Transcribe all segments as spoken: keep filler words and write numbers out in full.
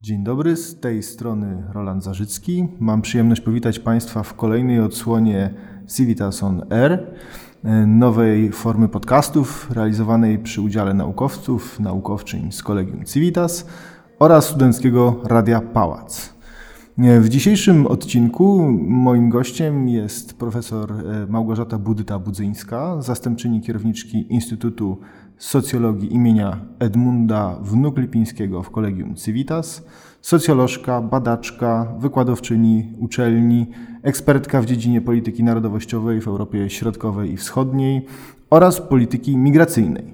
Dzień dobry, z tej strony Roland Zarzycki. Mam przyjemność powitać Państwa w kolejnej odsłonie Civitas on Air, nowej formy podcastów realizowanej przy udziale naukowców, naukowczyń z Kolegium Civitas oraz Studenckiego Radia Pałac. W dzisiejszym odcinku moim gościem jest profesor Małgorzata Budyta-Budzyńska, zastępczyni kierowniczki Instytutu Socjologii imienia Edmunda Wnuk-Lipińskiego w Kolegium Civitas, socjolożka, badaczka, wykładowczyni uczelni, ekspertka w dziedzinie polityki narodowościowej w Europie Środkowej i Wschodniej oraz polityki migracyjnej.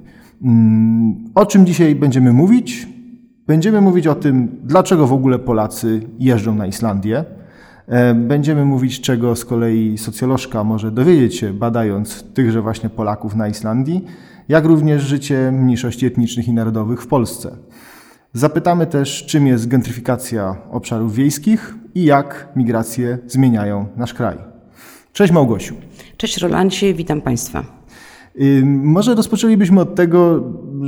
O czym dzisiaj będziemy mówić? Będziemy mówić o tym, dlaczego w ogóle Polacy jeżdżą na Islandię. Będziemy mówić, czego z kolei socjolożka może dowiedzieć się, badając tychże właśnie Polaków na Islandii, jak również życie mniejszości etnicznych i narodowych w Polsce. Zapytamy też, czym jest gentryfikacja obszarów wiejskich i jak migracje zmieniają nasz kraj. Cześć Małgosiu. Cześć Rolandzie, witam Państwa. Może rozpoczęlibyśmy od tego,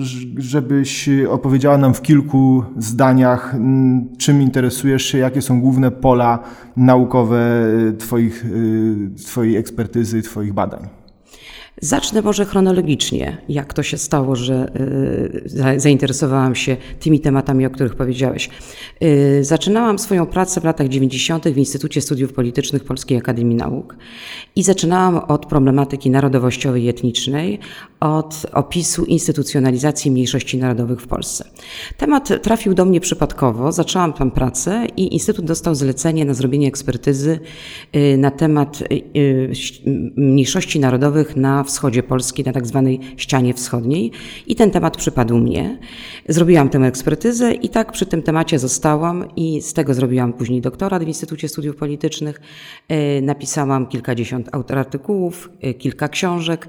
żebyś opowiedziała nam w kilku zdaniach, czym interesujesz się, jakie są główne pola naukowe twoich, twojej ekspertyzy, Twoich badań. Zacznę może chronologicznie, jak to się stało, że y, zainteresowałam się tymi tematami, o których powiedziałeś. Y, zaczynałam swoją pracę w latach dziewięćdziesiątych w Instytucie Studiów Politycznych Polskiej Akademii Nauk i zaczynałam od problematyki narodowościowej i etnicznej, od opisu instytucjonalizacji mniejszości narodowych w Polsce. Temat trafił do mnie przypadkowo, zaczęłam tam pracę i Instytut dostał zlecenie na zrobienie ekspertyzy y, na temat y, mniejszości narodowych na wschodzie Polski, na tak zwanej ścianie wschodniej i ten temat przypadł mnie. Zrobiłam tę ekspertyzę i tak przy tym temacie zostałam i z tego zrobiłam później doktorat w Instytucie Studiów Politycznych. Napisałam kilkadziesiąt artykułów, kilka książek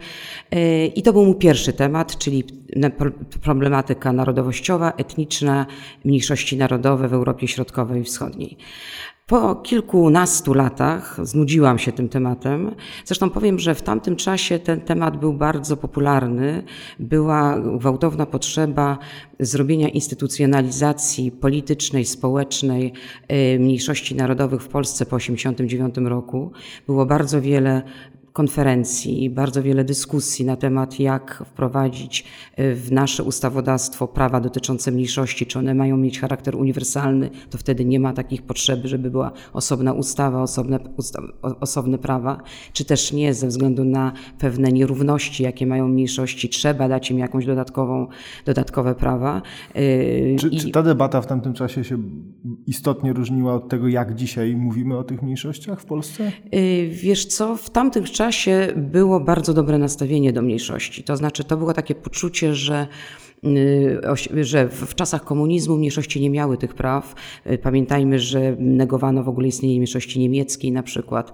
i to był mój pierwszy temat, czyli problematyka narodowościowa, etniczna, mniejszości narodowe w Europie Środkowej i Wschodniej. Po kilkunastu latach znudziłam się tym tematem. Zresztą powiem, że w tamtym czasie ten temat był bardzo popularny. Była gwałtowna potrzeba zrobienia instytucjonalizacji politycznej, społecznej mniejszości narodowych w Polsce po osiemdziesiątym dziewiątym roku. Było bardzo wiele konferencji, bardzo wiele dyskusji na temat, jak wprowadzić w nasze ustawodawstwo prawa dotyczące mniejszości, czy one mają mieć charakter uniwersalny, to wtedy nie ma takich potrzeby, żeby była osobna ustawa, osobne, usta, osobne prawa, czy też nie, ze względu na pewne nierówności, jakie mają mniejszości, trzeba dać im jakąś dodatkową, dodatkowe prawa. Czy, I... czy ta debata w tamtym czasie się istotnie różniła od tego, jak dzisiaj mówimy o tych mniejszościach w Polsce? Wiesz co, w tamtym czasie było bardzo dobre nastawienie do mniejszości. To znaczy, to było takie poczucie, że że w czasach komunizmu mniejszości nie miały tych praw. Pamiętajmy, że negowano w ogóle istnienie mniejszości niemieckiej na przykład.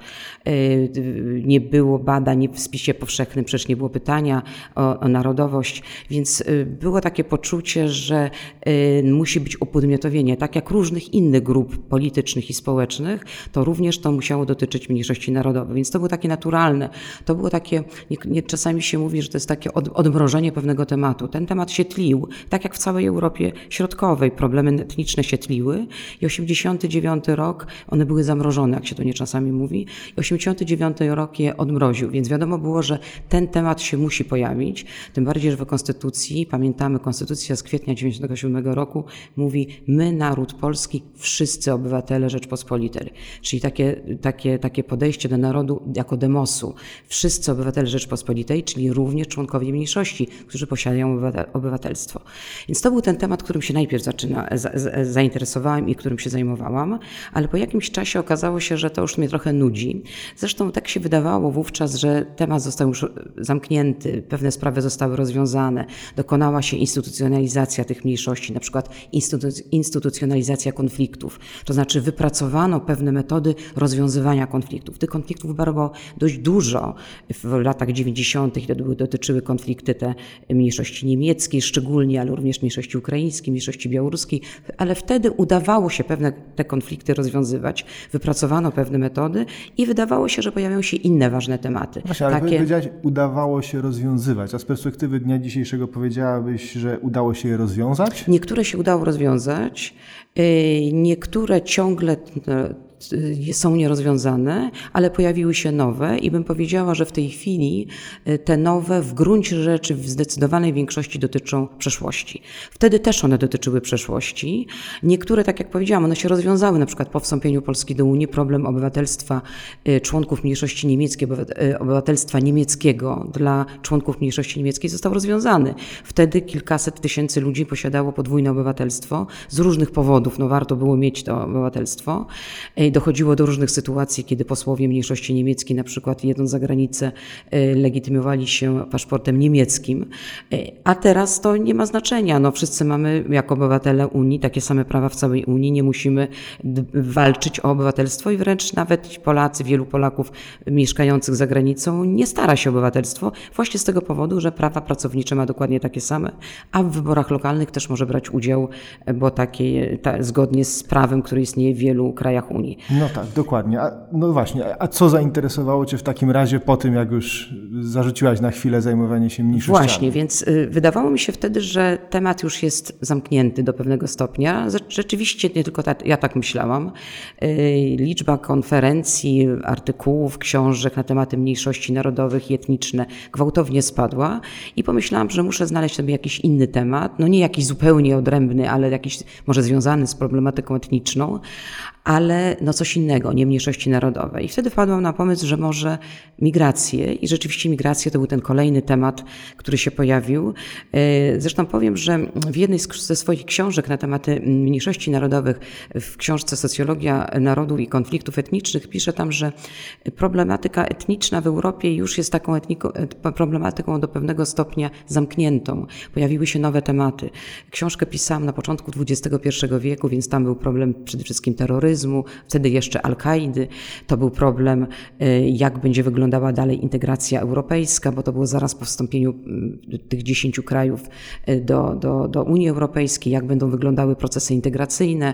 Nie było badań w spisie powszechnym, przecież nie było pytania o, o narodowość, więc było takie poczucie, że musi być upodmiotowienie. Tak jak różnych innych grup politycznych i społecznych, to również to musiało dotyczyć mniejszości narodowej, więc to było takie naturalne. To było takie, nie, nie, czasami się mówi, że to jest takie od, odmrożenie pewnego tematu. Ten temat się tlił, tak jak w całej Europie Środkowej. Problemy etniczne się tliły i osiemdziesiąty dziewiąty rok, one były zamrożone, jak się to nie czasami mówi, i osiemdziesiąty dziewiąty rok je odmroził, więc wiadomo było, że ten temat się musi pojawić, tym bardziej, że w Konstytucji, pamiętamy, Konstytucja z kwietnia dziewięćdziesiątego siódmego roku mówi: my, naród polski, wszyscy obywatele Rzeczpospolitej, czyli takie, takie, takie podejście do narodu jako demosu, wszyscy obywatele Rzeczpospolitej, czyli również członkowie mniejszości, którzy posiadają obywatelstwo. Więc to był ten temat, którym się najpierw zaczyna, za, za, zainteresowałam i którym się zajmowałam, ale po jakimś czasie okazało się, że to już mnie trochę nudzi. Zresztą tak się wydawało wówczas, że temat został już zamknięty, pewne sprawy zostały rozwiązane, dokonała się instytucjonalizacja tych mniejszości, na przykład instytuc- instytucjonalizacja konfliktów, to znaczy wypracowano pewne metody rozwiązywania konfliktów. Tych konfliktów było dość dużo w latach dziewięćdziesiątych, to dotyczyły konflikty te mniejszości niemieckiej, szczególnie, ale również mniejszości ukraińskiej, mniejszości białoruskiej, ale wtedy udawało się pewne te konflikty rozwiązywać, wypracowano pewne metody i wydawało się, że pojawią się inne ważne tematy. Właśnie, ale Takie... powiedziałaś, udawało się rozwiązywać, a z perspektywy dnia dzisiejszego powiedziałabyś, że udało się je rozwiązać? Niektóre się udało rozwiązać, niektóre ciągle są nierozwiązane, ale pojawiły się nowe i bym powiedziała, że w tej chwili te nowe w gruncie rzeczy w zdecydowanej większości dotyczą przeszłości. Wtedy też one dotyczyły przeszłości. Niektóre, tak jak powiedziałam, one się rozwiązały, na przykład po wstąpieniu Polski do Unii problem obywatelstwa członków mniejszości niemieckiej, obywatelstwa niemieckiego dla członków mniejszości niemieckiej został rozwiązany. Wtedy kilkaset tysięcy ludzi posiadało podwójne obywatelstwo z różnych powodów, no warto było mieć to obywatelstwo. Dochodziło do różnych sytuacji, kiedy posłowie mniejszości niemieckiej, na przykład jedąc za granicę, legitymowali się paszportem niemieckim, a teraz to nie ma znaczenia. No, wszyscy mamy jako obywatele Unii takie same prawa w całej Unii, nie musimy walczyć o obywatelstwo i wręcz nawet Polacy, wielu Polaków mieszkających za granicą nie stara się o obywatelstwo właśnie z tego powodu, że prawa pracownicze ma dokładnie takie same, a w wyborach lokalnych też może brać udział, bo takie, ta, zgodnie z prawem, które istnieje w wielu krajach Unii. No tak, dokładnie. A, no właśnie, a co zainteresowało Cię w takim razie po tym, jak już zarzuciłaś na chwilę zajmowanie się mniejszościami? Właśnie, więc y, wydawało mi się wtedy, że temat już jest zamknięty do pewnego stopnia. Rzeczywiście nie tylko ta, ja tak myślałam. Y, liczba konferencji, artykułów, książek na tematy mniejszości narodowych i etniczne gwałtownie spadła i pomyślałam, że muszę znaleźć sobie jakiś inny temat, no nie jakiś zupełnie odrębny, ale jakiś może związany z problematyką etniczną, ale no coś innego, nie mniejszości narodowe. I wtedy wpadłam na pomysł, że może migracje i rzeczywiście migracje to był ten kolejny temat, który się pojawił. Zresztą powiem, że w jednej ze swoich książek na tematy mniejszości narodowych, w książce Socjologia narodów i konfliktów etnicznych, piszę tam, że problematyka etniczna w Europie już jest taką etniką, problematyką do pewnego stopnia zamkniętą. Pojawiły się nowe tematy. Książkę pisałam na początku dwudziestego pierwszego wieku, więc tam był problem przede wszystkim terroryzmu, wtedy jeszcze Al-Kaidy. To był problem, jak będzie wyglądała dalej integracja europejska, bo to było zaraz po wstąpieniu tych dziesięciu krajów do, do, do Unii Europejskiej, jak będą wyglądały procesy integracyjne,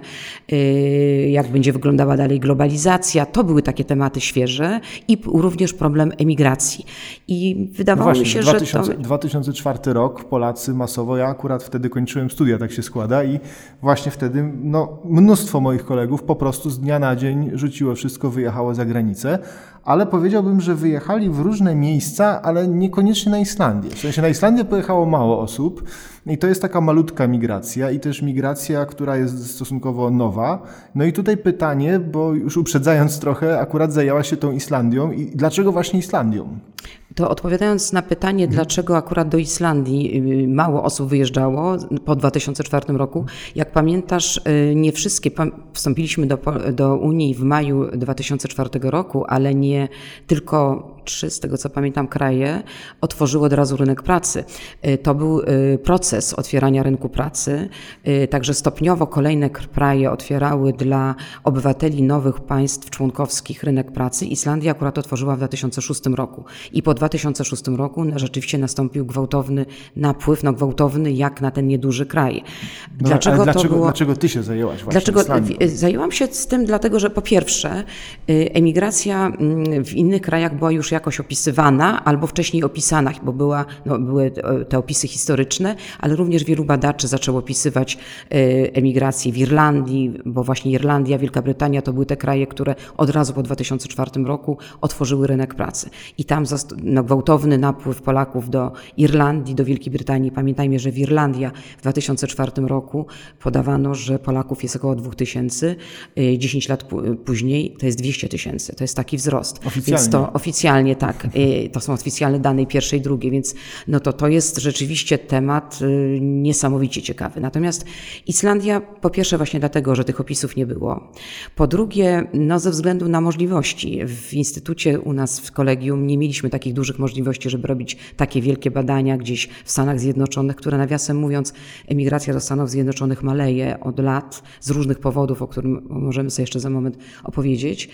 jak będzie wyglądała dalej globalizacja. To były takie tematy świeże i również problem emigracji. I wydawało no właśnie, mi się, dwa tysiące, że to... dwa tysiące czwarty rok, Polacy masowo, ja akurat wtedy kończyłem studia, tak się składa i właśnie wtedy no, mnóstwo moich kolegów po prostu z dnia na dzień rzuciło wszystko, wyjechało za granicę, ale powiedziałbym, że wyjechali w różne miejsca, ale niekoniecznie na Islandię. W sensie na Islandię pojechało mało osób i to jest taka malutka migracja i też migracja, która jest stosunkowo nowa. No i tutaj pytanie, bo już uprzedzając trochę, akurat zajęła się tą Islandią i dlaczego właśnie Islandią? To odpowiadając na pytanie, dlaczego akurat do Islandii mało osób wyjeżdżało po dwa tysiące czwartym roku, jak pamiętasz, nie wszystkie, wstąpiliśmy do, do Unii w maju dwa tysiące czwartego roku, ale nie tylko trzy, z tego co pamiętam, kraje otworzyły od razu rynek pracy. To był proces otwierania rynku pracy, także stopniowo kolejne kraje otwierały dla obywateli nowych państw członkowskich rynek pracy. Islandia akurat otworzyła w dwa tysiące szóstym roku i po dwa tysiące szóstym roku rzeczywiście nastąpił gwałtowny napływ, no gwałtowny jak na ten nieduży kraj. No, dlaczego, ale dlaczego, to było... dlaczego ty się zajęłaś właśnie dlaczego Islandią? Zajęłam się z tym dlatego, że po pierwsze emigracja w innych krajach była już jakoś opisywana albo wcześniej opisana, bo była, no, były te opisy historyczne, ale również wielu badaczy zaczęło opisywać emigrację w Irlandii, bo właśnie Irlandia, Wielka Brytania to były te kraje, które od razu po dwa tysiące czwartym roku otworzyły rynek pracy. I tam no, gwałtowny napływ Polaków do Irlandii, do Wielkiej Brytanii. Pamiętajmy, że w Irlandii w dwa tysiące czwartym roku podawano, że Polaków jest około dwóch tysięcy. dziesięć lat później to jest dwieście tysięcy. To jest taki wzrost. Oficjalnie. Więc to oficjalnie tak. To są oficjalne dane pierwsze i drugie, więc no to, to jest rzeczywiście temat niesamowicie ciekawy. Natomiast Islandia po pierwsze właśnie dlatego, że tych opisów nie było. Po drugie, no ze względu na możliwości. W instytucie u nas w kolegium nie mieliśmy takich dużych możliwości, żeby robić takie wielkie badania gdzieś w Stanach Zjednoczonych, które nawiasem mówiąc, emigracja do Stanów Zjednoczonych maleje od lat z różnych powodów, o którym możemy sobie jeszcze za moment opowiedzieć.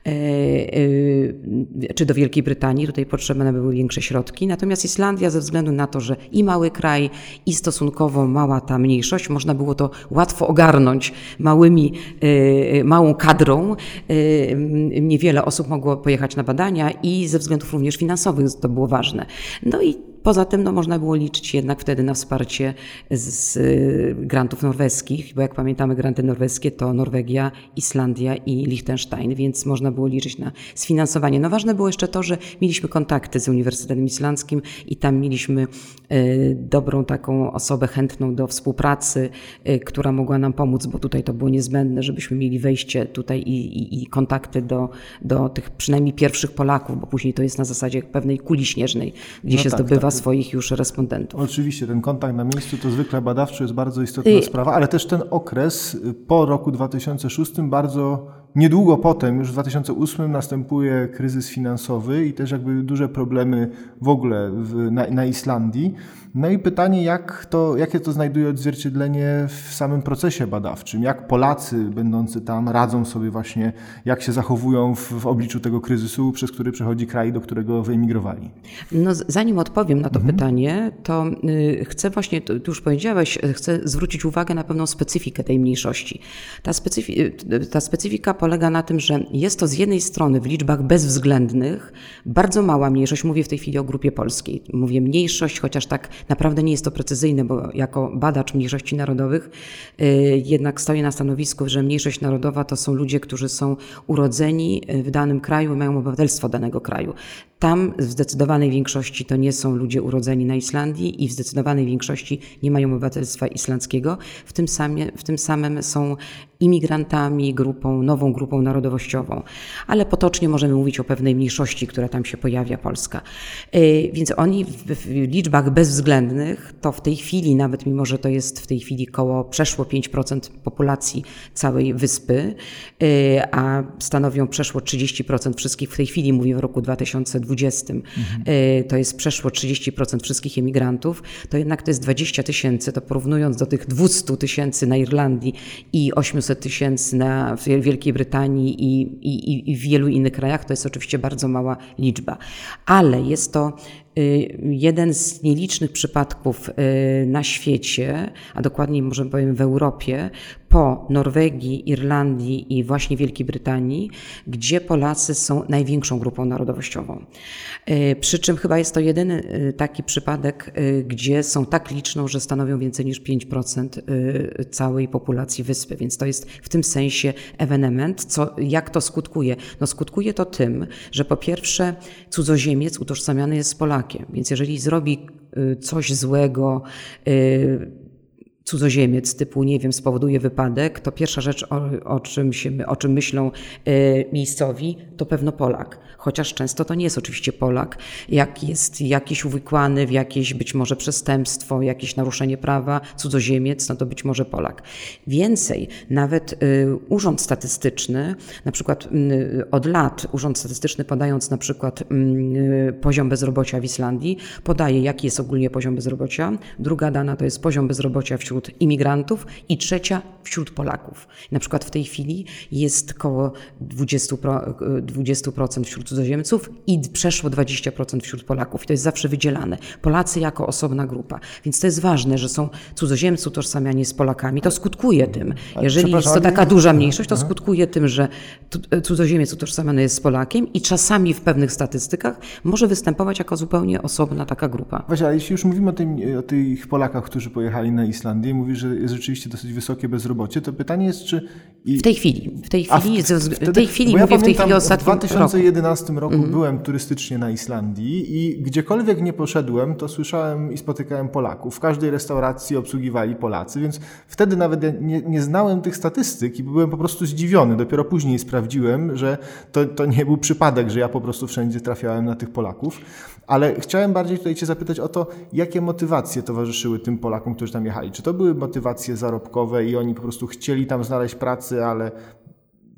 Czy do Wielkiej Brytanii, tutaj potrzebne były większe środki. Natomiast Islandia ze względu na to, że i mały kraj, i stosunkowo mała ta mniejszość, można było to łatwo ogarnąć małymi, małą kadrą. Niewiele osób mogło pojechać na badania i ze względów również finansowych to było ważne. No i poza tym no, można było liczyć jednak wtedy na wsparcie z, z grantów norweskich, bo jak pamiętamy granty norweskie to Norwegia, Islandia i Liechtenstein, więc można było liczyć na sfinansowanie. No ważne było jeszcze to, że mieliśmy kontakty z Uniwersytetem Islandzkim i tam mieliśmy y, dobrą taką osobę chętną do współpracy, y, która mogła nam pomóc, bo tutaj to było niezbędne, żebyśmy mieli wejście tutaj i, i, i kontakty do, do tych przynajmniej pierwszych Polaków, bo później to jest na zasadzie pewnej kuli śnieżnej, gdzie no się tak, zdobywa tak. swoich już respondentów. Oczywiście, ten kontakt na miejscu to zwykle badawczy jest bardzo istotna I... sprawa, ale też ten okres po roku dwa tysiące szóstym bardzo niedługo potem, już w dwa tysiące ósmym następuje kryzys finansowy i też jakby duże problemy w ogóle w, na, na Islandii. No i pytanie, jak to, jakie to znajduje odzwierciedlenie w samym procesie badawczym? Jak Polacy będący tam radzą sobie właśnie, jak się zachowują w, w obliczu tego kryzysu, przez który przechodzi kraj, do którego wyemigrowali? No, zanim odpowiem na to mhm. pytanie, to y, chcę właśnie, tu już powiedziałeś, chcę zwrócić uwagę na pewną specyfikę tej mniejszości. Ta, specyfi- ta specyfika polega na tym, że jest to z jednej strony w liczbach bezwzględnych bardzo mała mniejszość, mówię w tej chwili o grupie polskiej, mówię mniejszość, chociaż tak naprawdę nie jest to precyzyjne, bo jako badacz mniejszości narodowych yy, jednak stoję na stanowisku, że mniejszość narodowa to są ludzie, którzy są urodzeni w danym kraju i mają obywatelstwo danego kraju. Tam w zdecydowanej większości to nie są ludzie urodzeni na Islandii i w zdecydowanej większości nie mają obywatelstwa islandzkiego. W tym, samie, w tym samym są imigrantami, grupą, nową grupą narodowościową. Ale potocznie możemy mówić o pewnej mniejszości, która tam się pojawia, polska. Yy, więc oni w, w liczbach bezwzględnych to w tej chwili, nawet mimo że to jest w tej chwili koło przeszło pięć procent populacji całej wyspy, yy, a stanowią przeszło trzydzieści procent wszystkich, w tej chwili mówię w roku dwa tysiące dwudziestym, mhm. yy, to jest przeszło trzydzieści procent wszystkich emigrantów, to jednak to jest dwadzieścia tysięcy, to porównując do tych dwieście tysięcy na Irlandii i osiemset tysięcy na w Wielkiej Brytanii i, i, i w wielu innych krajach, to jest oczywiście bardzo mała liczba. Ale jest to jeden z nielicznych przypadków na świecie, a dokładniej może powiem w Europie, po Norwegii, Irlandii i właśnie Wielkiej Brytanii, gdzie Polacy są największą grupą narodowościową. Przy czym chyba jest to jedyny taki przypadek, gdzie są tak liczną, że stanowią więcej niż pięć procent całej populacji wyspy, więc to jest w tym sensie ewenement. Co, jak to skutkuje? No skutkuje to tym, że po pierwsze cudzoziemiec utożsamiany jest z Polakiem, więc jeżeli zrobi coś złego, cudzoziemiec typu, nie wiem, spowoduje wypadek, to pierwsza rzecz, o, o, czym, się, o czym myślą y, miejscowi, to pewno Polak. Chociaż często to nie jest oczywiście Polak. Jak jest jakiś uwikłany w jakieś być może przestępstwo, jakieś naruszenie prawa, cudzoziemiec, no to być może Polak. Więcej, nawet y, Urząd Statystyczny, na przykład y, od lat Urząd Statystyczny podając na przykład y, poziom bezrobocia w Islandii, podaje jaki jest ogólnie poziom bezrobocia. Druga dana to jest poziom bezrobocia wśród imigrantów i trzecia wśród Polaków. Na przykład w tej chwili jest około dwadzieścia procent wśród cudzoziemców i przeszło dwadzieścia procent wśród Polaków. I to jest zawsze wydzielane. Polacy jako osobna grupa. Więc to jest ważne, że są cudzoziemcy utożsamiani z Polakami. To skutkuje tym. Jeżeli jest to taka duża mniejszość, to skutkuje tym, że cudzoziemiec utożsamiany jest z Polakiem i czasami w pewnych statystykach może występować jako zupełnie osobna taka grupa. Właśnie, ale jeśli już mówimy o, tym, o tych Polakach, którzy pojechali na Islandię, mówisz, że jest rzeczywiście dosyć wysokie bezrobocie, to pytanie jest, czy... I... W tej chwili. W tej chwili, w, wtedy, w tej chwili mówię ja w tej chwili o ostatnim roku. W dwa tysiące jedenastym roku mm. byłem turystycznie na Islandii i gdziekolwiek nie poszedłem, to słyszałem i spotykałem Polaków. W każdej restauracji obsługiwali Polacy, więc wtedy nawet ja nie, nie znałem tych statystyk i byłem po prostu zdziwiony. Dopiero później sprawdziłem, że to, to nie był przypadek, że ja po prostu wszędzie trafiałem na tych Polaków. Ale chciałem bardziej tutaj Cię zapytać o to, jakie motywacje towarzyszyły tym Polakom, którzy tam jechali. Czy to były motywacje zarobkowe i oni po prostu chcieli tam znaleźć pracę, ale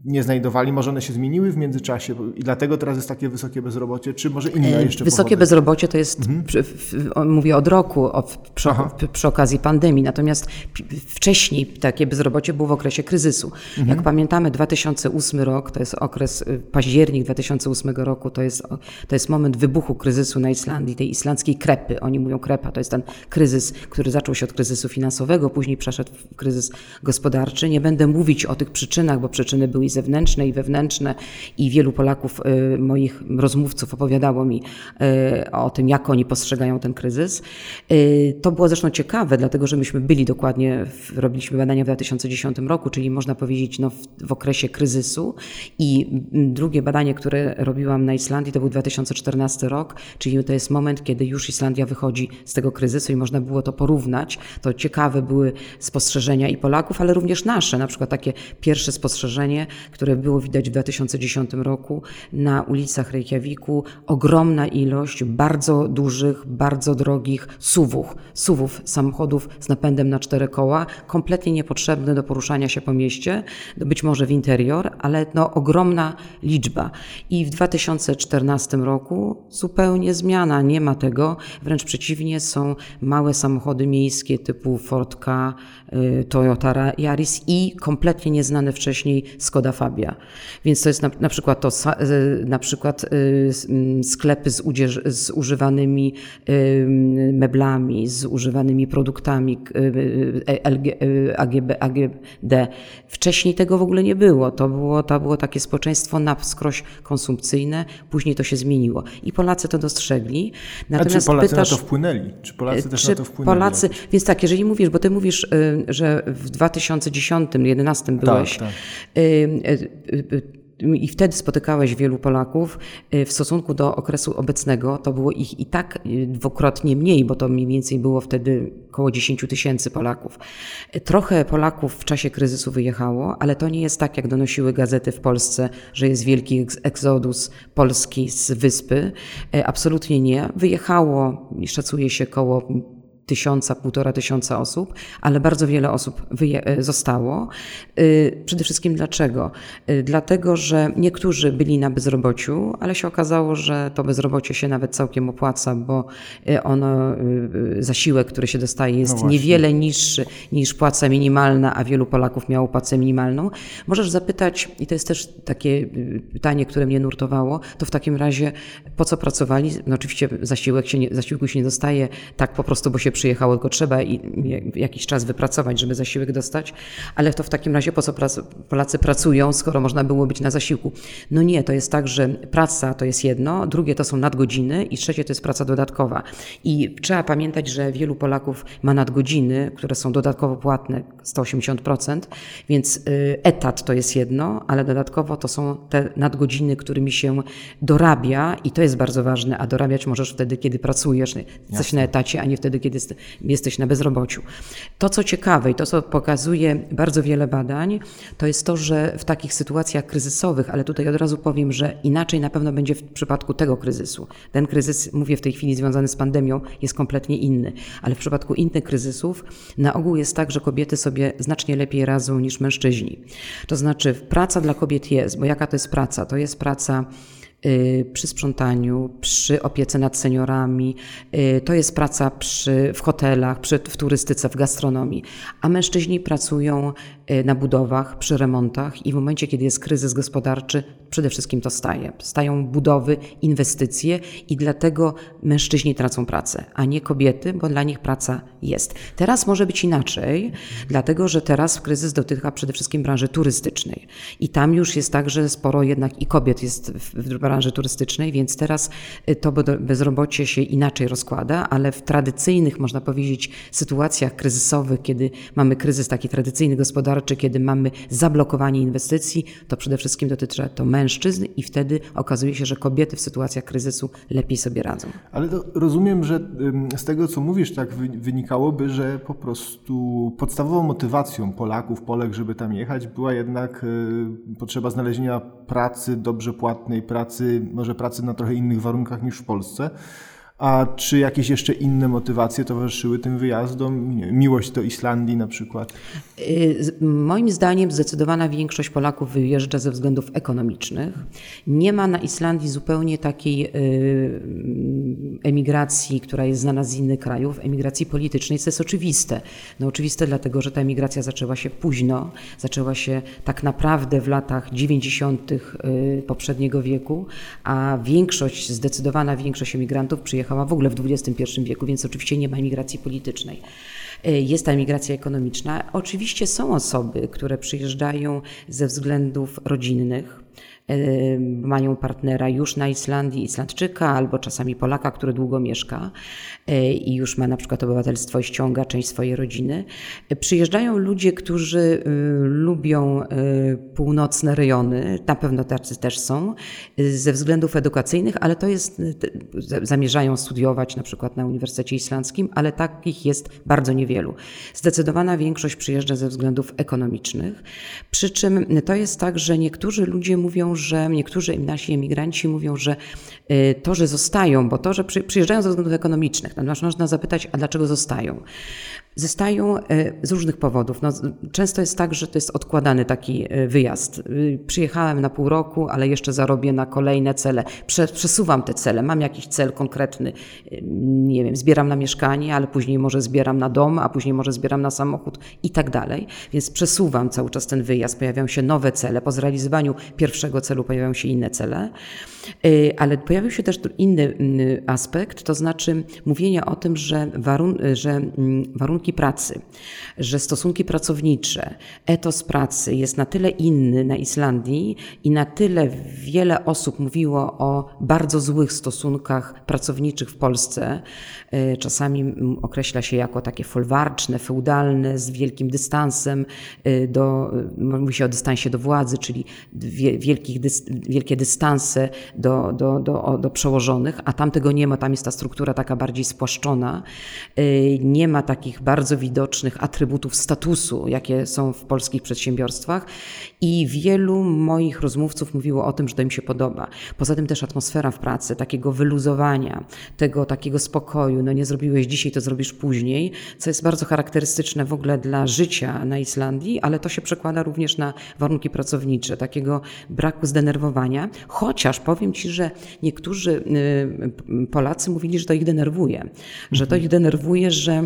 nie znajdowali? Może one się zmieniły w międzyczasie i dlatego teraz jest takie wysokie bezrobocie, czy może inne jeszcze Wysokie powody? bezrobocie to jest, mhm. przy, w, mówię od roku, o, przy, przy okazji pandemii, natomiast wcześniej takie bezrobocie było w okresie kryzysu. Mhm. Jak pamiętamy, dwa tysiące ósmy rok, to jest okres, październik dwa tysiące ósmego roku, to jest, to jest moment wybuchu kryzysu na Islandii, tej islandzkiej krepy. Oni mówią krepa, to jest ten kryzys, który zaczął się od kryzysu finansowego, później przeszedł w kryzys gospodarczy. Nie będę mówić o tych przyczynach, bo przyczyny były i zewnętrzne, i wewnętrzne i wielu Polaków, y, moich rozmówców opowiadało mi y, o tym, jak oni postrzegają ten kryzys. Y, to było zresztą ciekawe, dlatego że myśmy byli dokładnie, w, robiliśmy badania w dwa tysiące dziesiątym roku, czyli można powiedzieć no, w, w okresie kryzysu i drugie badanie, które robiłam na Islandii, to był dwa tysiące czternasty rok, czyli to jest moment, kiedy już Islandia wychodzi z tego kryzysu i można było to porównać. To ciekawe były spostrzeżenia i Polaków, ale również nasze, na przykład takie pierwsze spostrzeżenie, które było widać w dwa tysiące dziesiątym roku na ulicach Reykjaviku, ogromna ilość bardzo dużych, bardzo drogich suwów, suwów, samochodów z napędem na cztery koła, kompletnie niepotrzebne do poruszania się po mieście, być może w interior, ale no ogromna liczba. I w dwa tysiące czternastym roku zupełnie zmiana, nie ma tego, wręcz przeciwnie, są małe samochody miejskie typu Ford Ka, Toyota Yaris i kompletnie nieznane wcześniej Skoda Fabia. Więc to jest na, na przykład to, na przykład sklepy z, udzież, z używanymi meblami, z używanymi produktami L G, A G B, A G D. Wcześniej tego w ogóle nie było. To było, to było takie społeczeństwo na wskroś konsumpcyjne. Później to się zmieniło. I Polacy to dostrzegli. Natomiast A czy Polacy pytasz, na to wpłynęli? Czy Polacy też czy na to wpłynęli? Polacy, więc tak, jeżeli mówisz, bo ty mówisz, że w dwa tysiące dziesiątym, jedenastym byłeś, tak, tak. I wtedy spotykałeś wielu Polaków. W stosunku do okresu obecnego to było ich i tak dwukrotnie mniej, bo to mniej więcej było wtedy około dziesięć tysięcy Polaków. Trochę Polaków w czasie kryzysu wyjechało, ale to nie jest tak, jak donosiły gazety w Polsce, że jest wielki eksodus Polski z wyspy. Absolutnie nie. Wyjechało, szacuje się, koło tysiąca, półtora tysiąca osób, ale bardzo wiele osób wyje- zostało. Przede wszystkim dlaczego? Dlatego, że niektórzy byli na bezrobociu, ale się okazało, że to bezrobocie się nawet całkiem opłaca, bo ono, zasiłek, który się dostaje, jest no niewiele niższy niż płaca minimalna, a wielu Polaków miało płacę minimalną. Możesz zapytać, i to jest też takie pytanie, które mnie nurtowało, to w takim razie po co pracowali? No oczywiście zasiłek się nie, zasiłku się nie dostaje tak po prostu, bo się przyjechało, tylko trzeba i jakiś czas wypracować, żeby zasiłek dostać, ale to w takim razie po co Polacy pracują, skoro można było być na zasiłku? No nie, to jest tak, że praca to jest jedno, drugie to są nadgodziny i trzecie to jest praca dodatkowa. I trzeba pamiętać, że wielu Polaków ma nadgodziny, które są dodatkowo płatne, sto osiemdziesiąt procent, więc etat to jest jedno, ale dodatkowo to są te nadgodziny, którymi się dorabia i to jest bardzo ważne, a dorabiać możesz wtedy, kiedy pracujesz, jesteś Jasne. na etacie, a nie wtedy, kiedy jesteś na bezrobociu. To, co ciekawe i to, co pokazuje bardzo wiele badań, to jest to, że w takich sytuacjach kryzysowych, ale tutaj od razu powiem, że inaczej na pewno będzie w przypadku tego kryzysu. Ten kryzys, mówię w tej chwili związany z pandemią, jest kompletnie inny, ale w przypadku innych kryzysów na ogół jest tak, że kobiety sobie znacznie lepiej radzą niż mężczyźni. To znaczy praca dla kobiet jest, bo jaka to jest praca? To jest praca przy sprzątaniu, przy opiece nad seniorami, to jest praca przy, w hotelach, przy, w turystyce, w gastronomii, a mężczyźni pracują na budowach, przy remontach i w momencie, kiedy jest kryzys gospodarczy, przede wszystkim to staje. Stają budowy, inwestycje i dlatego mężczyźni tracą pracę, a nie kobiety, bo dla nich praca jest. Teraz może być inaczej, dlatego że teraz kryzys dotyka przede wszystkim branży turystycznej i tam już jest tak, że sporo jednak i kobiet jest w branży turystycznej, więc teraz to bezrobocie się inaczej rozkłada, ale w tradycyjnych, można powiedzieć, sytuacjach kryzysowych, kiedy mamy kryzys taki tradycyjny gospodarczy, kiedy mamy zablokowanie inwestycji, to przede wszystkim dotyczy to mężczyzn i wtedy okazuje się, że kobiety w sytuacjach kryzysu lepiej sobie radzą. Ale to rozumiem, że z tego, co mówisz, tak wynikałoby, że po prostu podstawową motywacją Polaków, Polek, żeby tam jechać, była jednak potrzeba znalezienia pracy, dobrze płatnej pracy, może pracy na trochę innych warunkach niż w Polsce. A czy jakieś jeszcze inne motywacje towarzyszyły tym wyjazdom? Miłość do Islandii na przykład? Moim zdaniem zdecydowana większość Polaków wyjeżdża ze względów ekonomicznych. Nie ma na Islandii zupełnie takiej emigracji, która jest znana z innych krajów, emigracji politycznej, co jest oczywiste. No oczywiste dlatego, że ta emigracja zaczęła się późno, zaczęła się tak naprawdę w latach dziewięćdziesiątych poprzedniego wieku, a większość, zdecydowana większość emigrantów przyjechała w ogóle w dwudziestym pierwszym wieku, więc oczywiście nie ma emigracji politycznej. Jest ta emigracja ekonomiczna. Oczywiście są osoby, które przyjeżdżają ze względów rodzinnych, mają partnera już na Islandii, Islandczyka albo czasami Polaka, który długo mieszka i już ma na przykład obywatelstwo i ściąga część swojej rodziny. Przyjeżdżają ludzie, którzy lubią północne rejony, na pewno tacy też są, ze względów edukacyjnych, ale to jest, zamierzają studiować na przykład na Uniwersytecie Islandzkim, ale takich jest bardzo niewielu. Zdecydowana większość przyjeżdża ze względów ekonomicznych, przy czym to jest tak, że niektórzy ludzie mówią, że niektórzy nasi emigranci mówią, że to, że zostają, bo to, że przyjeżdżają ze względów ekonomicznych, natomiast można zapytać, a dlaczego zostają? Zostają z różnych powodów. No, często jest tak, że to jest odkładany taki wyjazd. Przyjechałem na pół roku, ale jeszcze zarobię na kolejne cele. Przesuwam te cele, mam jakiś cel konkretny, nie wiem, zbieram na mieszkanie, ale później może zbieram na dom, a później może zbieram na samochód i tak dalej. Więc przesuwam cały czas ten wyjazd, pojawiają się nowe cele. Po zrealizowaniu pierwszego celu pojawiają się inne cele, ale pojawił się też inny aspekt, to znaczy mówienie o tym, że, warun- że warunki pracy, że stosunki pracownicze, etos pracy jest na tyle inny na Islandii i na tyle wiele osób mówiło o bardzo złych stosunkach pracowniczych w Polsce. Czasami określa się jako takie folwarczne, feudalne, z wielkim dystansem do, mówi się o dystansie do władzy, czyli wielkich, wielkie dystanse do, do, do, do przełożonych, a tam tego nie ma, tam jest ta struktura taka bardziej spłaszczona. Nie ma takich bardzo widocznych atrybutów statusu, jakie są w polskich przedsiębiorstwach i wielu moich rozmówców mówiło o tym, że to im się podoba. Poza tym też atmosfera w pracy, takiego wyluzowania, tego takiego spokoju, no nie zrobiłeś dzisiaj, to zrobisz później, co jest bardzo charakterystyczne w ogóle dla życia na Islandii, ale to się przekłada również na warunki pracownicze, takiego braku zdenerwowania, chociaż powiem Ci, że niektórzy Polacy mówili, że to ich denerwuje, że to ich denerwuje, że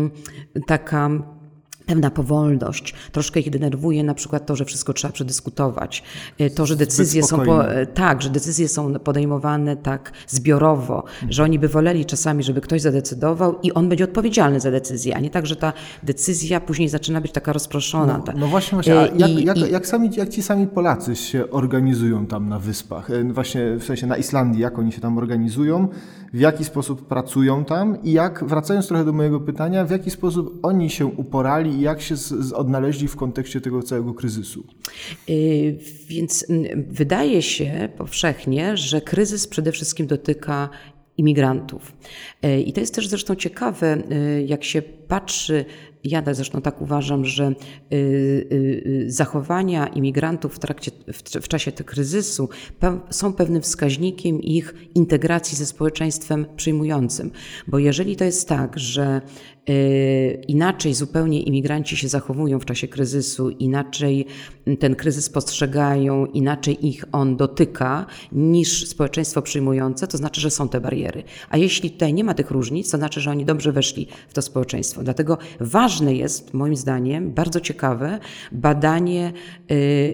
taka pewna powolność, troszkę ich denerwuje na przykład to, że wszystko trzeba przedyskutować, to, że decyzje są po, tak, że decyzje są podejmowane tak zbiorowo, hmm. że oni by woleli czasami, żeby ktoś zadecydował i on będzie odpowiedzialny za decyzję, a nie tak, że ta decyzja później zaczyna być taka rozproszona. No, no właśnie, właśnie a jak, I, jak, jak, sami, jak ci sami Polacy się organizują tam na wyspach, właśnie w sensie na Islandii, jak oni się tam organizują, w jaki sposób pracują tam i jak, wracając trochę do mojego pytania, w jaki sposób oni się uporali i jak się z, z odnaleźli w kontekście tego całego kryzysu? Yy, więc wydaje się powszechnie, że kryzys przede wszystkim dotyka imigrantów. Yy, I to jest też zresztą ciekawe, yy, jak się patrzy, ja zresztą tak uważam, że y, y, zachowania imigrantów w, trakcie, w, w czasie tego kryzysu pe, są pewnym wskaźnikiem ich integracji ze społeczeństwem przyjmującym. Bo jeżeli to jest tak, że y, inaczej zupełnie imigranci się zachowują w czasie kryzysu, inaczej ten kryzys postrzegają, inaczej ich on dotyka niż społeczeństwo przyjmujące, to znaczy, że są te bariery. A jeśli tutaj nie ma tych różnic, to znaczy, że oni dobrze weszli w to społeczeństwo. Dlatego ważne jest, moim zdaniem, bardzo ciekawe badanie y,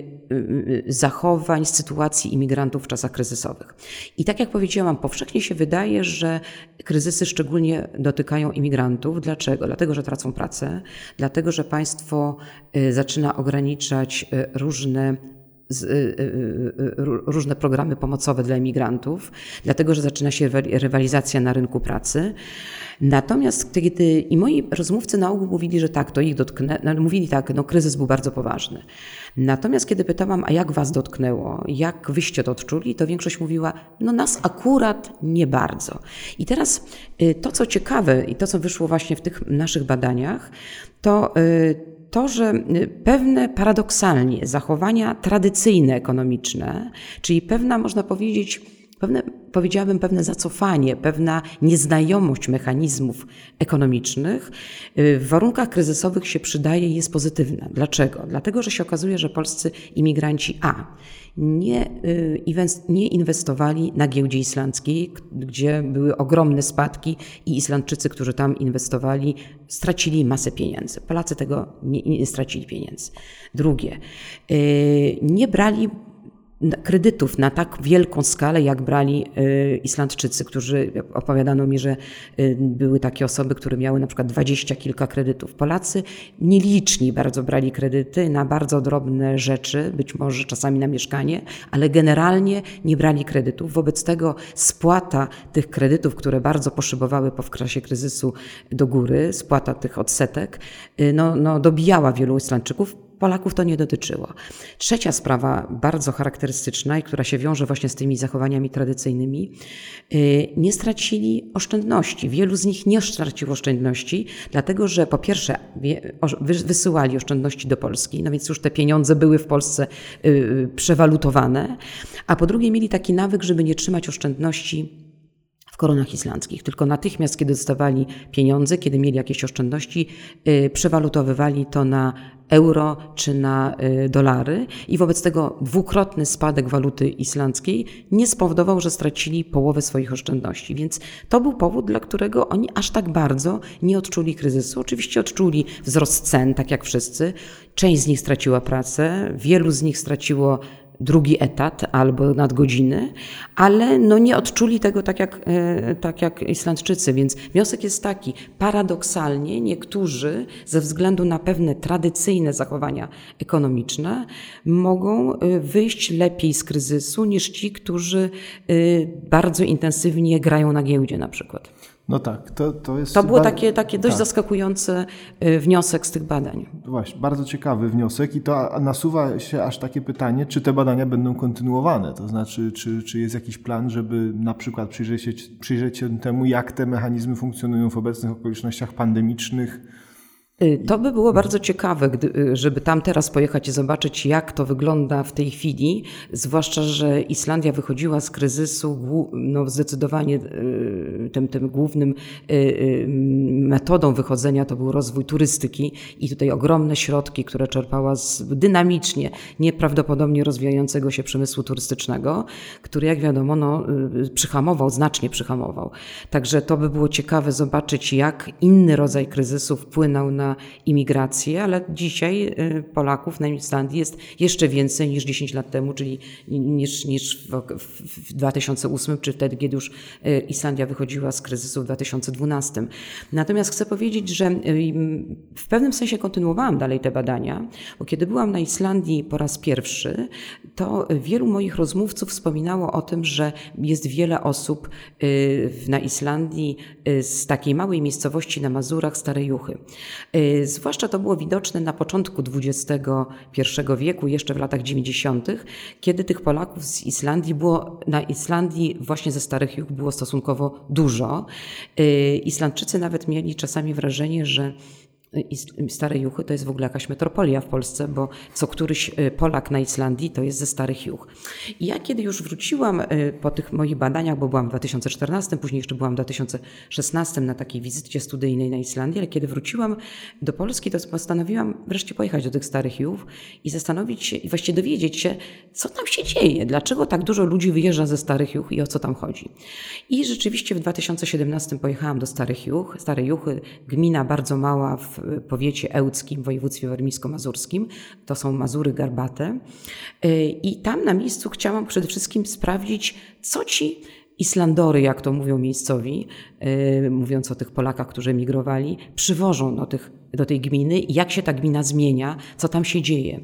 y, zachowań, sytuacji imigrantów w czasach kryzysowych. I tak jak powiedziałam, powszechnie się wydaje, że kryzysy szczególnie dotykają imigrantów. Dlaczego? Dlatego, że tracą pracę, dlatego, że państwo y, zaczyna ograniczać y, różne Z, y, y, y, różne programy pomocowe dla emigrantów, dlatego, że zaczyna się rywalizacja na rynku pracy. Natomiast kiedy i moi rozmówcy na ogół mówili, że tak, to ich dotknęło, no, mówili tak, no kryzys był bardzo poważny. Natomiast kiedy pytałam, a jak was dotknęło, jak wyście to odczuli, to większość mówiła, no nas akurat nie bardzo. I teraz y, to, co ciekawe i to, co wyszło właśnie w tych naszych badaniach, to y, to, że pewne paradoksalnie zachowania tradycyjne ekonomiczne, czyli pewna, można powiedzieć, pewne, powiedziałabym, pewne zacofanie, pewna nieznajomość mechanizmów ekonomicznych w warunkach kryzysowych się przydaje i jest pozytywna. Dlaczego? Dlatego, że się okazuje, że polscy imigranci a. Nie, nie inwestowali na giełdzie islandzkiej, gdzie były ogromne spadki i Islandczycy, którzy tam inwestowali, stracili masę pieniędzy. Polacy tego nie, nie stracili pieniędzy. Drugie, nie brali kredytów na tak wielką skalę, jak brali Islandczycy, którzy, opowiadano mi, że były takie osoby, które miały na przykład dwadzieścia kilka kredytów. Polacy nieliczni bardzo brali kredyty na bardzo drobne rzeczy, być może czasami na mieszkanie, ale generalnie nie brali kredytów. Wobec tego spłata tych kredytów, które bardzo poszybowały po w czasie kryzysu do góry, spłata tych odsetek, no, no dobijała wielu Islandczyków. Polaków to nie dotyczyło. Trzecia sprawa, bardzo charakterystyczna i która się wiąże właśnie z tymi zachowaniami tradycyjnymi, nie stracili oszczędności. Wielu z nich nie straciło oszczędności, dlatego że po pierwsze wysyłali oszczędności do Polski, no więc już te pieniądze były w Polsce przewalutowane, a po drugie mieli taki nawyk, żeby nie trzymać oszczędności w koronach islandzkich, tylko natychmiast, kiedy dostawali pieniądze, kiedy mieli jakieś oszczędności, yy, przewalutowywali to na euro czy na yy, dolary i wobec tego dwukrotny spadek waluty islandzkiej nie spowodował, że stracili połowę swoich oszczędności. Więc to był powód, dla którego oni aż tak bardzo nie odczuli kryzysu. Oczywiście odczuli wzrost cen, tak jak wszyscy. Część z nich straciła pracę, wielu z nich straciło drugi etat albo nadgodziny, ale no nie odczuli tego tak jak, tak jak Islandczycy, więc wniosek jest taki, paradoksalnie niektórzy ze względu na pewne tradycyjne zachowania ekonomiczne mogą wyjść lepiej z kryzysu niż ci, którzy bardzo intensywnie grają na giełdzie na przykład. No tak, to, to jest... To był takie, takie dość tak. zaskakujący wniosek z tych badań. Właśnie, bardzo ciekawy wniosek i to nasuwa się aż takie pytanie, czy te badania będą kontynuowane, to znaczy, czy, czy jest jakiś plan, żeby na przykład przyjrzeć się, przyjrzeć się temu, jak te mechanizmy funkcjonują w obecnych okolicznościach pandemicznych. To by było bardzo ciekawe, gdy, żeby tam teraz pojechać i zobaczyć, jak to wygląda w tej chwili, zwłaszcza, że Islandia wychodziła z kryzysu, no zdecydowanie tym, tym głównym metodą wychodzenia to był rozwój turystyki i tutaj ogromne środki, które czerpała z dynamicznie, nieprawdopodobnie rozwijającego się przemysłu turystycznego, który jak wiadomo no, przyhamował, znacznie przyhamował. Także to by było ciekawe zobaczyć, jak inny rodzaj kryzysu wpłynął na na imigrację, ale dzisiaj Polaków na Islandii jest jeszcze więcej niż dziesięć lat temu, czyli niż, niż w, w dwa tysiące ósmym, czy wtedy, kiedy już Islandia wychodziła z kryzysu w dwa tysiące dwunastym. Natomiast chcę powiedzieć, że w pewnym sensie kontynuowałam dalej te badania, bo kiedy byłam na Islandii po raz pierwszy, to wielu moich rozmówców wspominało o tym, że jest wiele osób na Islandii z takiej małej miejscowości na Mazurach, Stare Juchy. Zwłaszcza to było widoczne na początku dwudziestego pierwszego wieku, jeszcze w latach dziewięćdziesiątych, kiedy tych Polaków z Islandii było, na Islandii właśnie ze Starych Juch było stosunkowo dużo. Islandczycy nawet mieli czasami wrażenie, że Stare Juchy to jest w ogóle jakaś metropolia w Polsce, bo co któryś Polak na Islandii to jest ze Starych Juch. I ja kiedy już wróciłam po tych moich badaniach, bo byłam w dwa tysiące czternastym, później jeszcze byłam w dwa tysiące szesnastym na takiej wizycie studyjnej na Islandii, ale kiedy wróciłam do Polski, to postanowiłam wreszcie pojechać do tych Starych Juch i zastanowić się i właściwie dowiedzieć się, co tam się dzieje, dlaczego tak dużo ludzi wyjeżdża ze Starych Juch i o co tam chodzi. I rzeczywiście w dwa tysiące siedemnastym pojechałam do Starych Juch. Stare Juchy, gmina bardzo mała w powiecie ełckim, w województwie warmińsko-mazurskim. To są Mazury Garbate. I tam na miejscu chciałam przede wszystkim sprawdzić, co ci Islandory, jak to mówią miejscowi, mówiąc o tych Polakach, którzy emigrowali, przywożą do, tych, do tej gminy i jak się ta gmina zmienia, co tam się dzieje.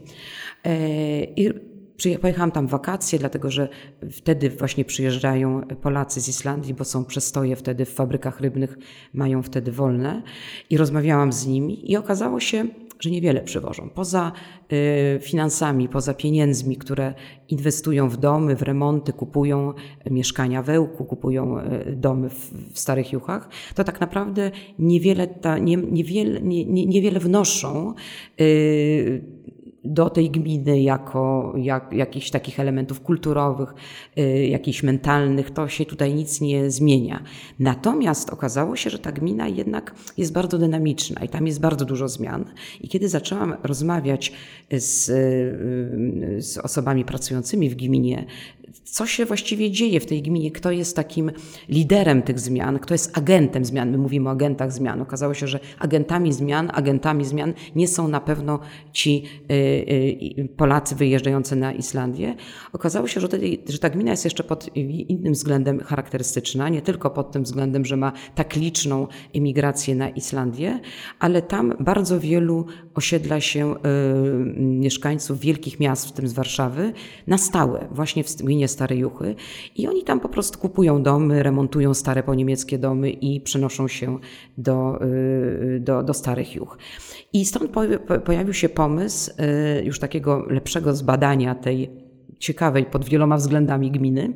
I pojechałam tam w wakacje, dlatego że wtedy właśnie przyjeżdżają Polacy z Islandii, bo są przestoje wtedy w fabrykach rybnych, mają wtedy wolne i rozmawiałam z nimi i okazało się, że niewiele przywożą. Poza y, finansami, poza pieniędzmi, które inwestują w domy, w remonty, kupują mieszkania w Ełku, kupują y, domy w, w Starych Juchach, to tak naprawdę niewiele, ta, nie, niewiele, nie, nie, niewiele wnoszą y, do tej gminy jako jak, jakichś takich elementów kulturowych, y, jakichś mentalnych, to się tutaj nic nie zmienia. Natomiast okazało się, że ta gmina jednak jest bardzo dynamiczna i tam jest bardzo dużo zmian. I kiedy zaczęłam rozmawiać z, y, z osobami pracującymi w gminie, co się właściwie dzieje w tej gminie, kto jest takim liderem tych zmian, kto jest agentem zmian. My mówimy o agentach zmian. Okazało się, że agentami zmian, agentami zmian nie są na pewno ci y, y, Polacy wyjeżdżający na Islandię. Okazało się, że, tej, że ta gmina jest jeszcze pod innym względem charakterystyczna, nie tylko pod tym względem, że ma tak liczną emigrację na Islandię, ale tam bardzo wielu osiedla się y, mieszkańców wielkich miast, w tym z Warszawy, na stałe, właśnie w gminie Stare Juchy i oni tam po prostu kupują domy, remontują stare poniemieckie domy i przenoszą się do, do, do Starych Juch. I stąd pojawił się pomysł już takiego lepszego zbadania tej ciekawej pod wieloma względami gminy,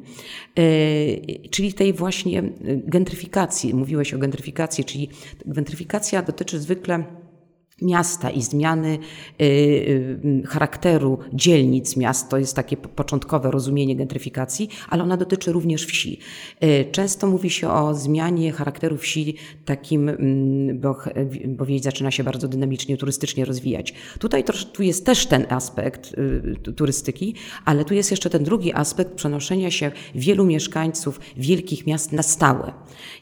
czyli tej właśnie gentryfikacji. Mówiłeś o gentryfikacji, czyli gentryfikacja dotyczy zwykle miasta i zmiany y, y, charakteru dzielnic miast. To jest takie początkowe rozumienie gentryfikacji, ale ona dotyczy również wsi. Y, często mówi się o zmianie charakteru wsi takim, y, bo, bo wieś zaczyna się bardzo dynamicznie, turystycznie rozwijać. Tutaj to, tu jest też ten aspekt y, turystyki, ale tu jest jeszcze ten drugi aspekt przenoszenia się wielu mieszkańców wielkich miast na stałe.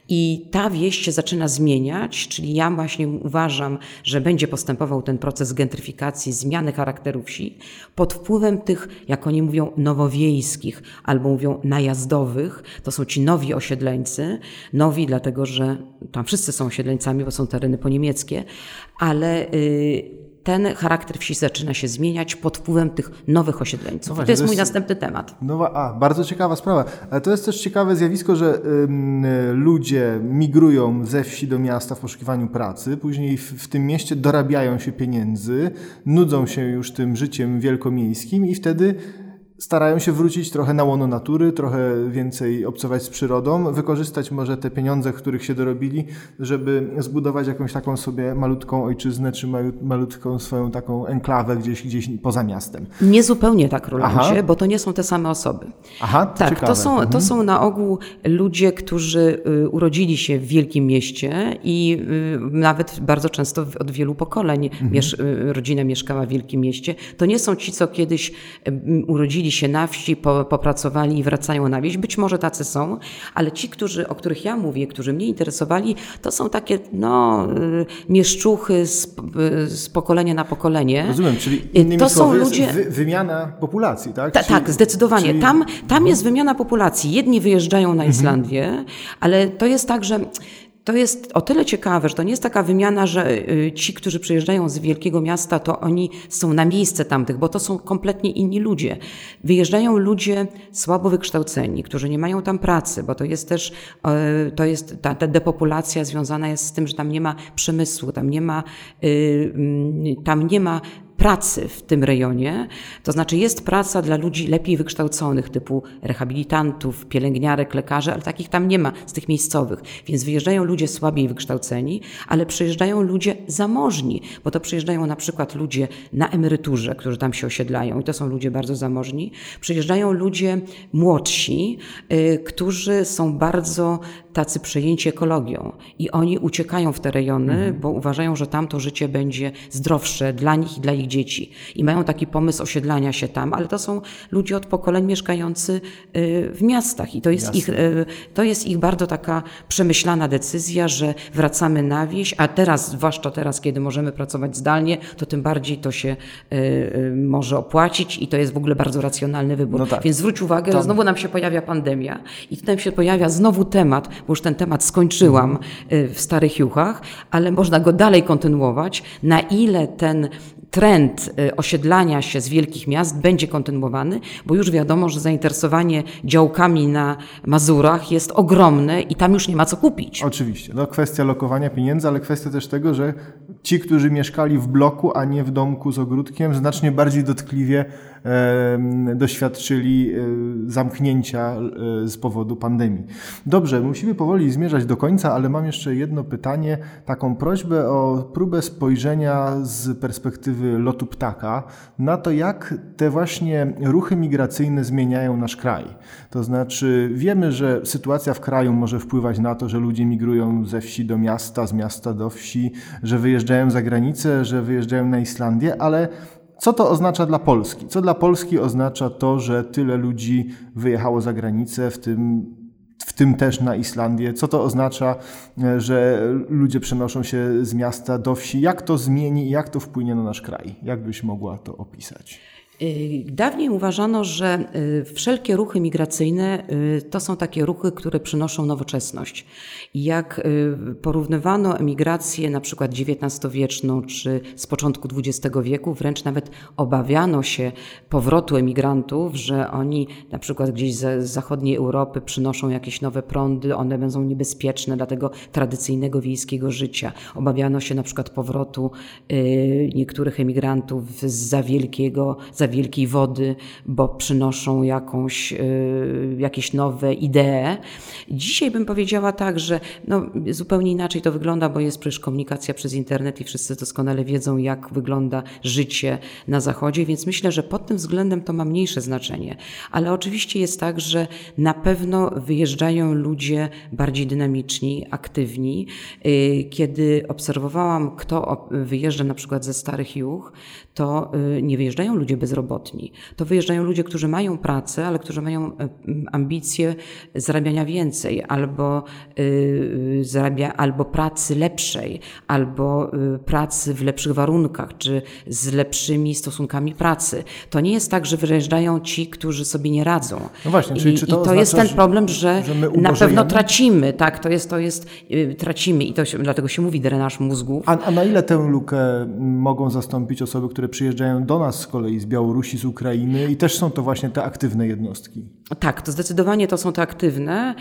I ta wieś się zaczyna zmieniać, czyli ja właśnie uważam, że będzie postępował ten proces gentryfikacji, zmiany charakteru wsi pod wpływem tych, jak oni mówią, nowowiejskich albo mówią najazdowych. To są ci nowi osiedleńcy. Nowi dlatego, że tam wszyscy są osiedleńcami, bo są tereny poniemieckie, ale Yy, ten charakter wsi zaczyna się zmieniać pod wpływem tych nowych osiedleńców. No właśnie, to jest to mój jest, następny temat. No, a, bardzo ciekawa sprawa. Ale to jest też ciekawe zjawisko, że ym, ludzie migrują ze wsi do miasta w poszukiwaniu pracy, później w, w tym mieście dorabiają się pieniędzy, nudzą się już tym życiem wielkomiejskim i wtedy starają się wrócić trochę na łono natury, trochę więcej obcować z przyrodą, wykorzystać może te pieniądze, których się dorobili, żeby zbudować jakąś taką sobie malutką ojczyznę, czy malutką swoją taką enklawę gdzieś, gdzieś poza miastem. Nie zupełnie tak, Rolandzie, bo to nie są te same osoby. Aha, to tak, ciekawe. to są, mhm. to są na ogół ludzie, którzy urodzili się w wielkim mieście i nawet bardzo często od wielu pokoleń mhm. miesz- rodzina mieszkała w wielkim mieście. To nie są ci, co kiedyś urodzili się na wsi, po, popracowali i wracają na wieś. Być może tacy są, ale ci, którzy, o których ja mówię, którzy mnie interesowali, to są takie no, mieszczuchy z, z pokolenia na pokolenie. Rozumiem, czyli innymi to słowy są ludzie... jest wy, wymiana populacji, tak? Ta, czyli, tak, zdecydowanie. Czyli... Tam, tam jest wymiana populacji. Jedni wyjeżdżają na Islandię, mhm. ale to jest tak, że to jest o tyle ciekawe, że to nie jest taka wymiana, że ci, którzy przyjeżdżają z wielkiego miasta, to oni są na miejsce tamtych, bo to są kompletnie inni ludzie. Wyjeżdżają ludzie słabo wykształceni, którzy nie mają tam pracy, bo to jest też, to jest ta, ta depopulacja związana jest z tym, że tam nie ma przemysłu, tam nie ma, tam nie ma pracy w tym rejonie, to znaczy jest praca dla ludzi lepiej wykształconych, typu rehabilitantów, pielęgniarek, lekarzy, ale takich tam nie ma z tych miejscowych. Więc wyjeżdżają ludzie słabiej wykształceni, ale przyjeżdżają ludzie zamożni, bo to przyjeżdżają na przykład ludzie na emeryturze, którzy tam się osiedlają i to są ludzie bardzo zamożni. Przyjeżdżają ludzie młodsi, y, którzy są bardzo tacy przejęci ekologią i oni uciekają w te rejony, mhm. bo uważają, że tam to życie będzie zdrowsze dla nich i dla ich dzieci. I mają taki pomysł osiedlania się tam, ale to są ludzie od pokoleń mieszkający w miastach i to jest, ich, to jest ich bardzo taka przemyślana decyzja, że wracamy na wieś, a teraz, zwłaszcza teraz, kiedy możemy pracować zdalnie, to tym bardziej to się może opłacić i to jest w ogóle bardzo racjonalny wybór. No tak. Więc zwróć uwagę, że znowu nam się pojawia pandemia i tutaj się pojawia znowu temat, bo już ten temat skończyłam w Starych Juchach, ale można go dalej kontynuować, na ile ten trend osiedlania się z wielkich miast będzie kontynuowany, bo już wiadomo, że zainteresowanie działkami na Mazurach jest ogromne i tam już nie ma co kupić. Oczywiście. No, kwestia lokowania pieniędzy, ale kwestia też tego, że ci, którzy mieszkali w bloku, a nie w domku z ogródkiem, znacznie bardziej dotkliwie doświadczyli zamknięcia z powodu pandemii. Dobrze, musimy powoli zmierzać do końca, ale mam jeszcze jedno pytanie, taką prośbę o próbę spojrzenia z perspektywy lotu ptaka na to, jak te właśnie ruchy migracyjne zmieniają nasz kraj. To znaczy wiemy, że sytuacja w kraju może wpływać na to, że ludzie migrują ze wsi do miasta, z miasta do wsi, że wyjeżdżają za granicę, że wyjeżdżają na Islandię, ale co to oznacza dla Polski? Co dla Polski oznacza to, że tyle ludzi wyjechało za granicę, w tym, w tym też na Islandię? Co to oznacza, że ludzie przenoszą się z miasta do wsi? Jak to zmieni i jak to wpłynie na nasz kraj? Jak byś mogła to opisać? Dawniej uważano, że wszelkie ruchy migracyjne to są takie ruchy, które przynoszą nowoczesność. Jak porównywano emigrację na przykład dziewiętnastowieczną czy z początku dwudziestego wieku, wręcz nawet obawiano się powrotu emigrantów, że oni na przykład gdzieś z zachodniej Europy przynoszą jakieś nowe prądy, one będą niebezpieczne dla tego tradycyjnego wiejskiego życia. Obawiano się na przykład powrotu niektórych emigrantów z za wielkiego, za wielkiej wody, bo przynoszą jakąś, y, jakieś nowe idee. Dzisiaj bym powiedziała tak, że no, zupełnie inaczej to wygląda, bo jest przecież komunikacja przez internet i wszyscy doskonale wiedzą, jak wygląda życie na Zachodzie, więc myślę, że pod tym względem to ma mniejsze znaczenie. Ale oczywiście jest tak, że na pewno wyjeżdżają ludzie bardziej dynamiczni, aktywni. Y, kiedy obserwowałam, kto wyjeżdża na przykład ze Starych Juch, to y, nie wyjeżdżają ludzie bezrobotni. To wyjeżdżają ludzie, którzy mają pracę, ale którzy mają ambicje zarabiania więcej, albo, y, zarabia, albo pracy lepszej, albo y, pracy w lepszych warunkach, czy z lepszymi stosunkami pracy. To nie jest tak, że wyjeżdżają ci, którzy sobie nie radzą. No właśnie, czyli I, czy to, i to oznacza, jest ten problem, że, że my na pewno tracimy, tak, to jest, to jest, y, tracimy i to się, dlatego się mówi drenaż mózgów. A, a na ile tę lukę mogą zastąpić osoby, które przyjeżdżają do nas z kolei z Białorusi, z Ukrainy i też są to właśnie te aktywne jednostki? Tak, to zdecydowanie to są te aktywne,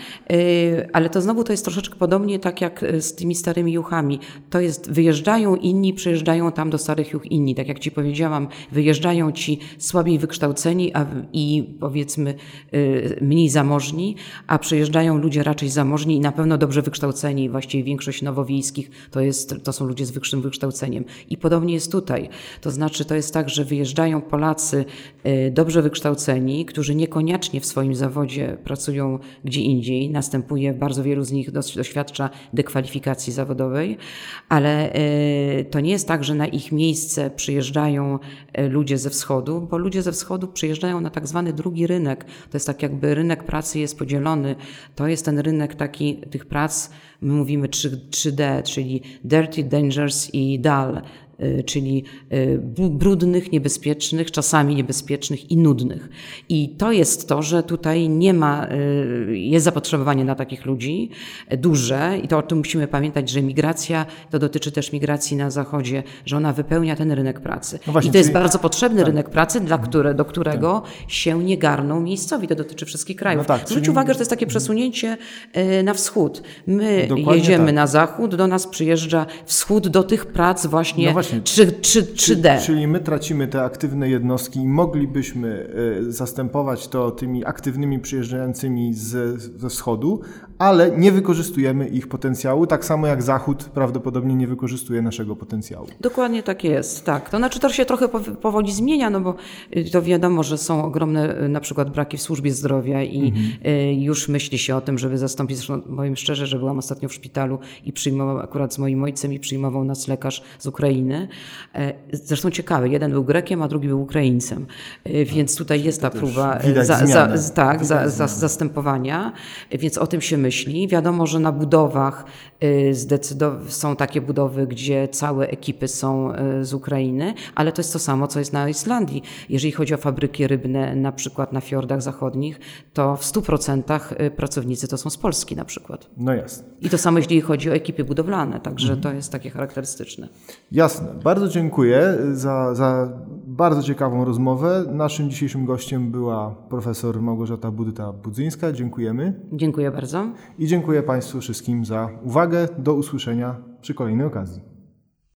ale to znowu to jest troszeczkę podobnie tak jak z tymi starymi juchami. To jest, wyjeżdżają inni, przyjeżdżają tam do starych juch inni. Tak jak ci powiedziałam, wyjeżdżają ci słabiej wykształceni a, i powiedzmy mniej zamożni, a przyjeżdżają ludzie raczej zamożni i na pewno dobrze wykształceni. Właściwie większość nowowiejskich to, jest, to są ludzie z wyższym wykształceniem. I podobnie jest tutaj. To znaczy to jest tak, że wyjeżdżają Polacy dobrze wykształceni, którzy niekoniecznie w swoim zawodzie pracują gdzie indziej. Następuje, bardzo wielu z nich doświadcza dekwalifikacji zawodowej, ale to nie jest tak, że na ich miejsce przyjeżdżają ludzie ze wschodu, bo ludzie ze wschodu przyjeżdżają na tak zwany drugi rynek. To jest tak jakby rynek pracy jest podzielony. To jest ten rynek taki tych prac, my mówimy trzy D, czyli dirty, dangerous i dull. Czyli brudnych, niebezpiecznych, czasami niebezpiecznych i nudnych. I to jest to, że tutaj nie ma, jest zapotrzebowanie na takich ludzi duże i to o tym musimy pamiętać, że migracja, to dotyczy też migracji na Zachodzie, że ona wypełnia ten rynek pracy. No właśnie, I to jest czyli... bardzo potrzebny tak. rynek pracy, dla które, do którego tak. się nie garną miejscowi. To dotyczy wszystkich krajów. No tak, Zwróć czyli... uwagę, że to jest takie przesunięcie na wschód. My Dokładnie jedziemy tak. na zachód, do nas przyjeżdża wschód do tych prac właśnie, no właśnie. trzy D. Czyli my tracimy te aktywne jednostki i moglibyśmy zastępować to tymi aktywnymi przyjeżdżającymi z, ze wschodu, ale nie wykorzystujemy ich potencjału, tak samo jak Zachód prawdopodobnie nie wykorzystuje naszego potencjału. Dokładnie tak jest, tak. To znaczy to się trochę powoli zmienia, no bo to wiadomo, że są ogromne na przykład braki w służbie zdrowia i mhm. już myśli się o tym, żeby zastąpić, zresztą powiem szczerze, że byłam ostatnio w szpitalu i przyjmował, akurat z moim ojcem i przyjmował nas lekarz z Ukrainy. Zresztą ciekawe, jeden był Grekiem, a drugi był Ukraińcem, więc tutaj jest ta próba za, za, tak, za, za, zastępowania, więc o tym się myśli. Wiadomo, że na budowach zdecydow- są takie budowy, gdzie całe ekipy są z Ukrainy, ale to jest to samo, co jest na Islandii. Jeżeli chodzi o fabryki rybne, na przykład na fiordach zachodnich, to w stu procentach pracownicy to są z Polski na przykład. No jasne. I to samo, jeśli chodzi o ekipy budowlane, także mhm. to jest takie charakterystyczne. Jasne. Bardzo dziękuję za, za bardzo ciekawą rozmowę. Naszym dzisiejszym gościem była profesor Małgorzata Budyta-Budzyńska. Dziękujemy. Dziękuję bardzo. I dziękuję Państwu wszystkim za uwagę. Do usłyszenia przy kolejnej okazji.